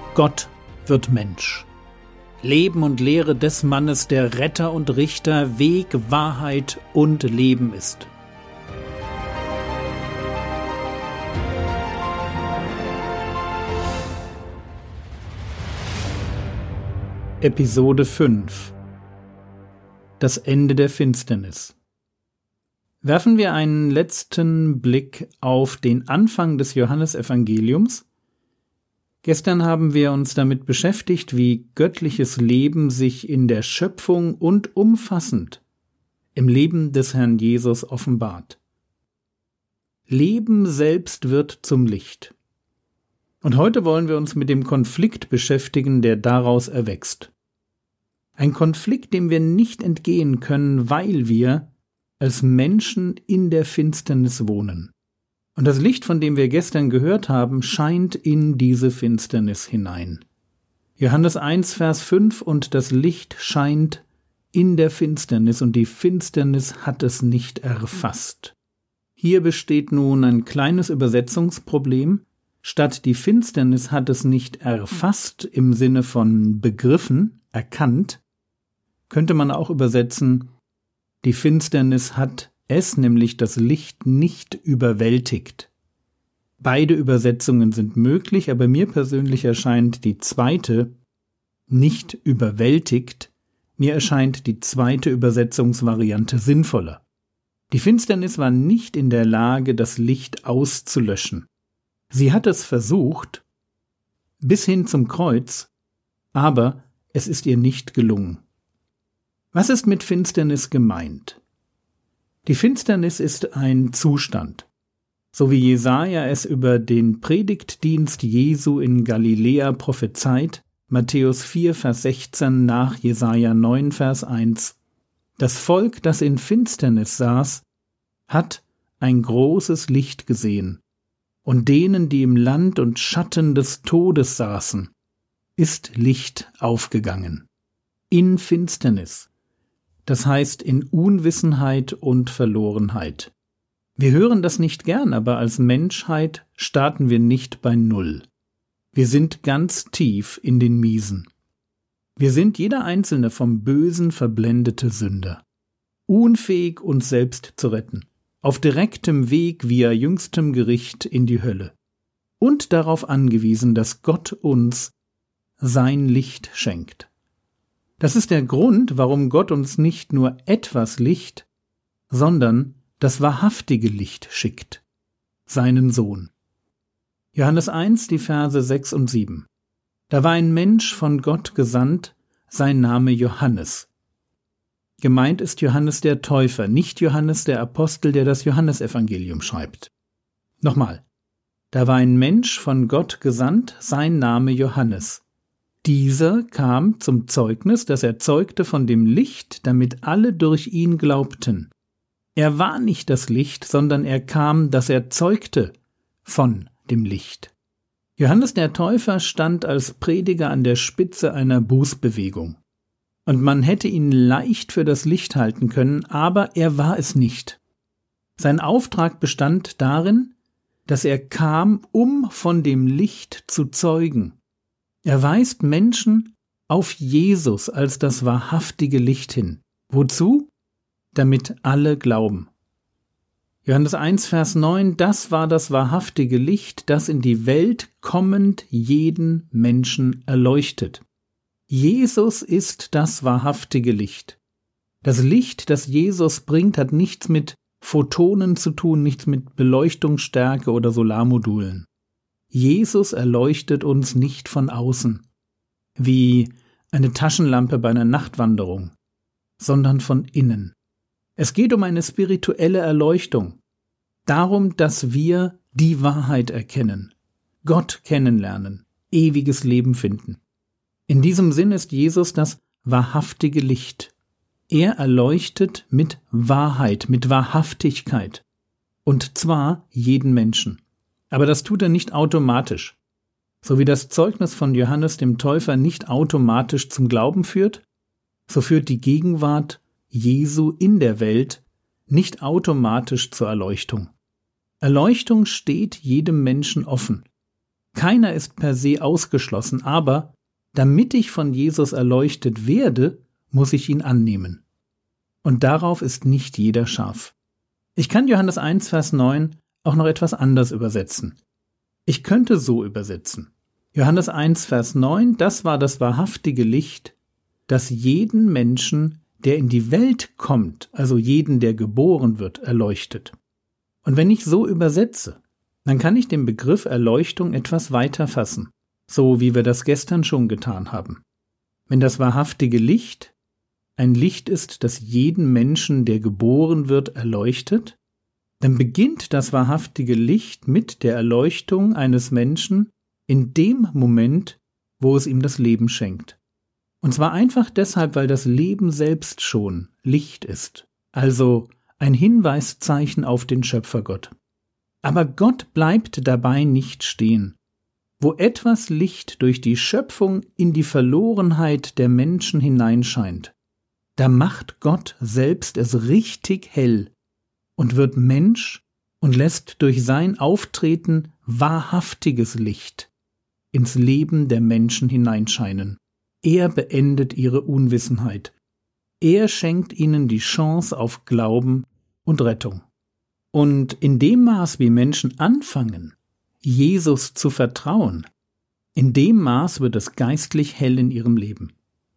Gott wird Mensch. Leben und Lehre des Mannes, der Retter und Richter, Weg, Wahrheit und Leben ist. Episode 5 – Das Ende der Finsternis. Werfen wir einen letzten Blick auf den Anfang des Johannesevangeliums. Gestern haben wir uns damit beschäftigt, wie göttliches Leben sich in der Schöpfung und umfassend im Leben des Herrn Jesus offenbart. Leben selbst wird zum Licht. Und heute wollen wir uns mit dem Konflikt beschäftigen, der daraus erwächst. Ein Konflikt, dem wir nicht entgehen können, weil wir als Menschen in der Finsternis wohnen. Und das Licht, von dem wir gestern gehört haben, scheint in diese Finsternis hinein. Johannes 1, Vers 5: Und das Licht scheint in der Finsternis, und die Finsternis hat es nicht erfasst. Hier besteht nun ein kleines Übersetzungsproblem. Statt die Finsternis hat es nicht erfasst im Sinne von begriffen, erkannt, könnte man auch übersetzen, die Finsternis hat es, nämlich das Licht, nicht überwältigt. Beide Übersetzungen sind möglich, aber mir persönlich erscheint die zweite, nicht überwältigt, mir erscheint die zweite Übersetzungsvariante sinnvoller. Die Finsternis war nicht in der Lage, das Licht auszulöschen. Sie hat es versucht, bis hin zum Kreuz, aber es ist ihr nicht gelungen. Was ist mit Finsternis gemeint? Die Finsternis ist ein Zustand, so wie Jesaja es über den Predigtdienst Jesu in Galiläa prophezeit, Matthäus 4, Vers 16 nach Jesaja 9, Vers 1. Das Volk, das in Finsternis saß, hat ein großes Licht gesehen. Und denen, die im Land und Schatten des Todes saßen, ist Licht aufgegangen. In Finsternis. Das heißt in Unwissenheit und Verlorenheit. Wir hören das nicht gern, aber als Menschheit starten wir nicht bei Null. Wir sind ganz tief in den Miesen. Wir sind jeder einzelne vom Bösen verblendete Sünder. Unfähig, uns selbst zu retten. Auf direktem Weg via jüngstem Gericht in die Hölle. Und darauf angewiesen, dass Gott uns sein Licht schenkt. Das ist der Grund, warum Gott uns nicht nur etwas Licht, sondern das wahrhaftige Licht schickt, seinen Sohn. Johannes 1, die Verse 6 und 7. Da war ein Mensch von Gott gesandt, sein Name Johannes. Gemeint ist Johannes der Täufer, nicht Johannes der Apostel, der das Johannesevangelium schreibt. Nochmal. Da war ein Mensch von Gott gesandt, sein Name Johannes. Dieser kam zum Zeugnis, das er zeugte von dem Licht, damit alle durch ihn glaubten. Er war nicht das Licht, sondern er kam, dass er zeugte von dem Licht. Johannes der Täufer stand als Prediger an der Spitze einer Bußbewegung. Und man hätte ihn leicht für das Licht halten können, aber er war es nicht. Sein Auftrag bestand darin, dass er kam, um von dem Licht zu zeugen. Er weist Menschen auf Jesus als das wahrhaftige Licht hin. Wozu? Damit alle glauben. Johannes 1, Vers 9, das war das wahrhaftige Licht, das in die Welt kommend jeden Menschen erleuchtet. Jesus ist das wahrhaftige Licht. Das Licht, das Jesus bringt, hat nichts mit Photonen zu tun, nichts mit Beleuchtungsstärke oder Solarmodulen. Jesus erleuchtet uns nicht von außen, wie eine Taschenlampe bei einer Nachtwanderung, sondern von innen. Es geht um eine spirituelle Erleuchtung, darum, dass wir die Wahrheit erkennen, Gott kennenlernen, ewiges Leben finden. In diesem Sinn ist Jesus das wahrhaftige Licht. Er erleuchtet mit Wahrheit, mit Wahrhaftigkeit, und zwar jeden Menschen. Aber das tut er nicht automatisch. So wie das Zeugnis von Johannes dem Täufer nicht automatisch zum Glauben führt, so führt die Gegenwart Jesu in der Welt nicht automatisch zur Erleuchtung. Erleuchtung steht jedem Menschen offen. Keiner ist per se ausgeschlossen, aber damit ich von Jesus erleuchtet werde, muss ich ihn annehmen. Und darauf ist nicht jeder scharf. Ich kann Johannes 1, Vers 9 auch noch etwas anders übersetzen. Ich könnte so übersetzen. Johannes 1, Vers 9, das war das wahrhaftige Licht, das jeden Menschen, der in die Welt kommt, also jeden, der geboren wird, erleuchtet. Und wenn ich so übersetze, dann kann ich den Begriff Erleuchtung etwas weiter fassen, so wie wir das gestern schon getan haben. Wenn das wahrhaftige Licht ein Licht ist, das jeden Menschen, der geboren wird, erleuchtet, dann beginnt das wahrhaftige Licht mit der Erleuchtung eines Menschen in dem Moment, wo es ihm das Leben schenkt. Und zwar einfach deshalb, weil das Leben selbst schon Licht ist, also ein Hinweiszeichen auf den Schöpfergott. Aber Gott bleibt dabei nicht stehen. Wo etwas Licht durch die Schöpfung in die Verlorenheit der Menschen hineinscheint, da macht Gott selbst es richtig hell und wird Mensch und lässt durch sein Auftreten wahrhaftiges Licht ins Leben der Menschen hineinscheinen. Er beendet ihre Unwissenheit. Er schenkt ihnen die Chance auf Glauben und Rettung. Und in dem Maß, wie Menschen anfangen, Jesus zu vertrauen, in dem Maß wird es geistlich hell in ihrem Leben.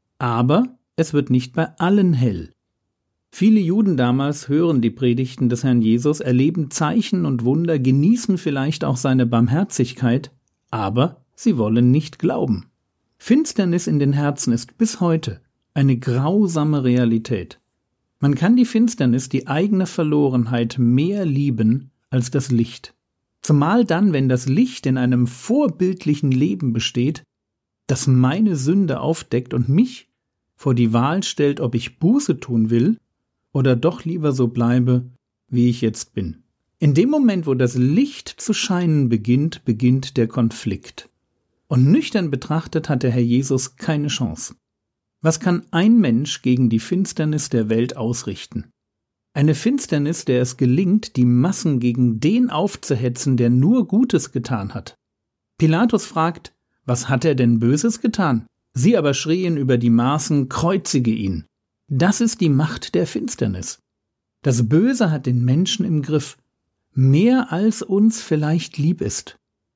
Aber es wird nicht bei allen hell. Viele Juden damals hören die Predigten des Herrn Jesus, erleben Zeichen und Wunder, genießen vielleicht auch seine Barmherzigkeit, aber sie wollen nicht glauben. Finsternis in den Herzen ist bis heute eine grausame Realität. Man kann die Finsternis, die eigene Verlorenheit, mehr lieben als das Licht. Zumal dann, wenn das Licht in einem vorbildlichen Leben besteht, das meine Sünde aufdeckt und mich vor die Wahl stellt, ob ich Buße tun will oder doch lieber so bleibe, wie ich jetzt bin. In dem Moment, wo das Licht zu scheinen beginnt, beginnt der Konflikt. Und nüchtern betrachtet hat der Herr Jesus keine Chance. Was kann ein Mensch gegen die Finsternis der Welt ausrichten? Eine Finsternis, der es gelingt, die Massen gegen den aufzuhetzen, der nur Gutes getan hat. Pilatus fragt, was hat er denn Böses getan? Sie aber schrien über die Maßen, kreuzige ihn. Das ist die Macht der Finsternis. Das Böse hat den Menschen im Griff, mehr als uns vielleicht lieb ist.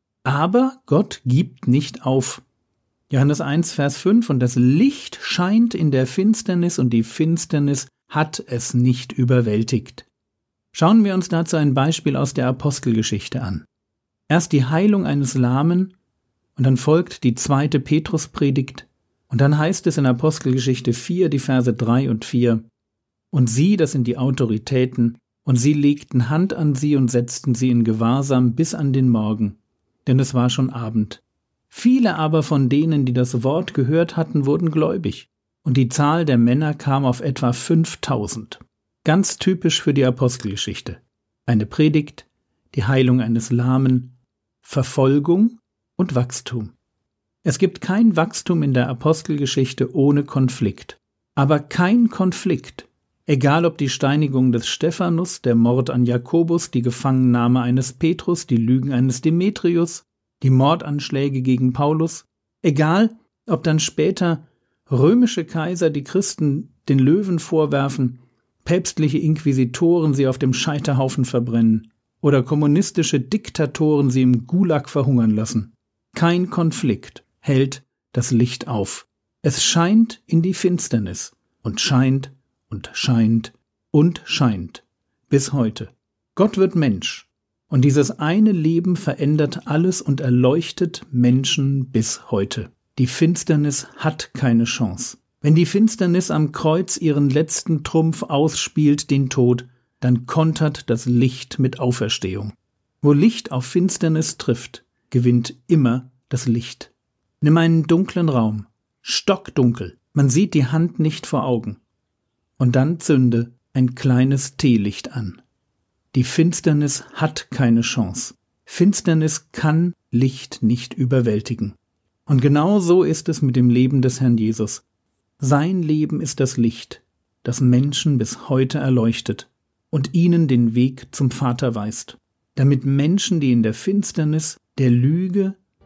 Aber Gott gibt nicht auf. Johannes 1, Vers 5, und das Licht scheint in der Finsternis und die Finsternis hat es nicht überwältigt. Schauen wir uns dazu ein Beispiel aus der Apostelgeschichte an. Erst die Heilung eines Lahmen und dann folgt die 2. Petruspredigt und dann heißt es in Apostelgeschichte 4, die Verse 3 und 4, und sie, das sind die Autoritäten, und sie legten Hand an sie und setzten sie in Gewahrsam bis an den Morgen, denn es war schon Abend. Viele aber von denen, die das Wort gehört hatten, wurden gläubig, und die Zahl der Männer kam auf etwa 5.000. Ganz typisch für die Apostelgeschichte. Eine Predigt, die Heilung eines Lahmen, Verfolgung und Wachstum. Es gibt kein Wachstum in der Apostelgeschichte ohne Konflikt. Aber kein Konflikt, egal ob die Steinigung des Stephanus, der Mord an Jakobus, die Gefangennahme eines Petrus, die Lügen eines Demetrius, die Mordanschläge gegen Paulus, egal ob dann später römische Kaiser die Christen den Löwen vorwerfen, päpstliche Inquisitoren sie auf dem Scheiterhaufen verbrennen oder kommunistische Diktatoren sie im Gulag verhungern lassen. Kein Konflikt hält das Licht auf. Es scheint in die Finsternis und scheint und scheint und scheint bis heute. Gott wird Mensch und dieses eine Leben verändert alles und erleuchtet Menschen bis heute. Die Finsternis hat keine Chance. Wenn die Finsternis am Kreuz ihren letzten Trumpf ausspielt, den Tod, dann kontert das Licht mit Auferstehung. Wo Licht auf Finsternis trifft, gewinnt immer das Licht. Nimm einen dunklen Raum, stockdunkel, man sieht die Hand nicht vor Augen. Und dann zünde ein kleines Teelicht an. Die Finsternis hat keine Chance. Finsternis kann Licht nicht überwältigen. Und genau so ist es mit dem Leben des Herrn Jesus. Sein Leben ist das Licht, das Menschen bis heute erleuchtet und ihnen den Weg zum Vater weist, damit Menschen, die in der Finsternis, der Lüge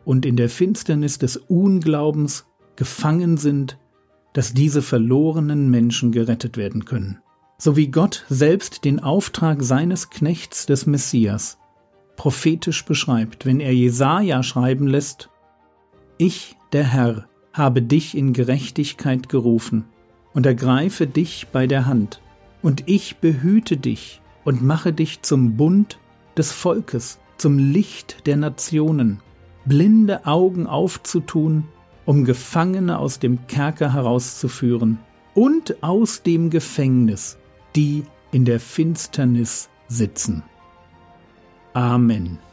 und in der Finsternis des Unglaubens gefangen sind, dass diese verlorenen Menschen gerettet werden können. So wie Gott selbst den Auftrag seines Knechts des Messias prophetisch beschreibt, wenn er Jesaja schreiben lässt: Ich, der Herr, habe dich in Gerechtigkeit gerufen und ergreife dich bei der Hand, und ich behüte dich und mache dich zum Bund des Volkes, zum Licht der Nationen, blinde Augen aufzutun, um Gefangene aus dem Kerker herauszuführen und aus dem Gefängnis, die in der Finsternis sitzen. Amen.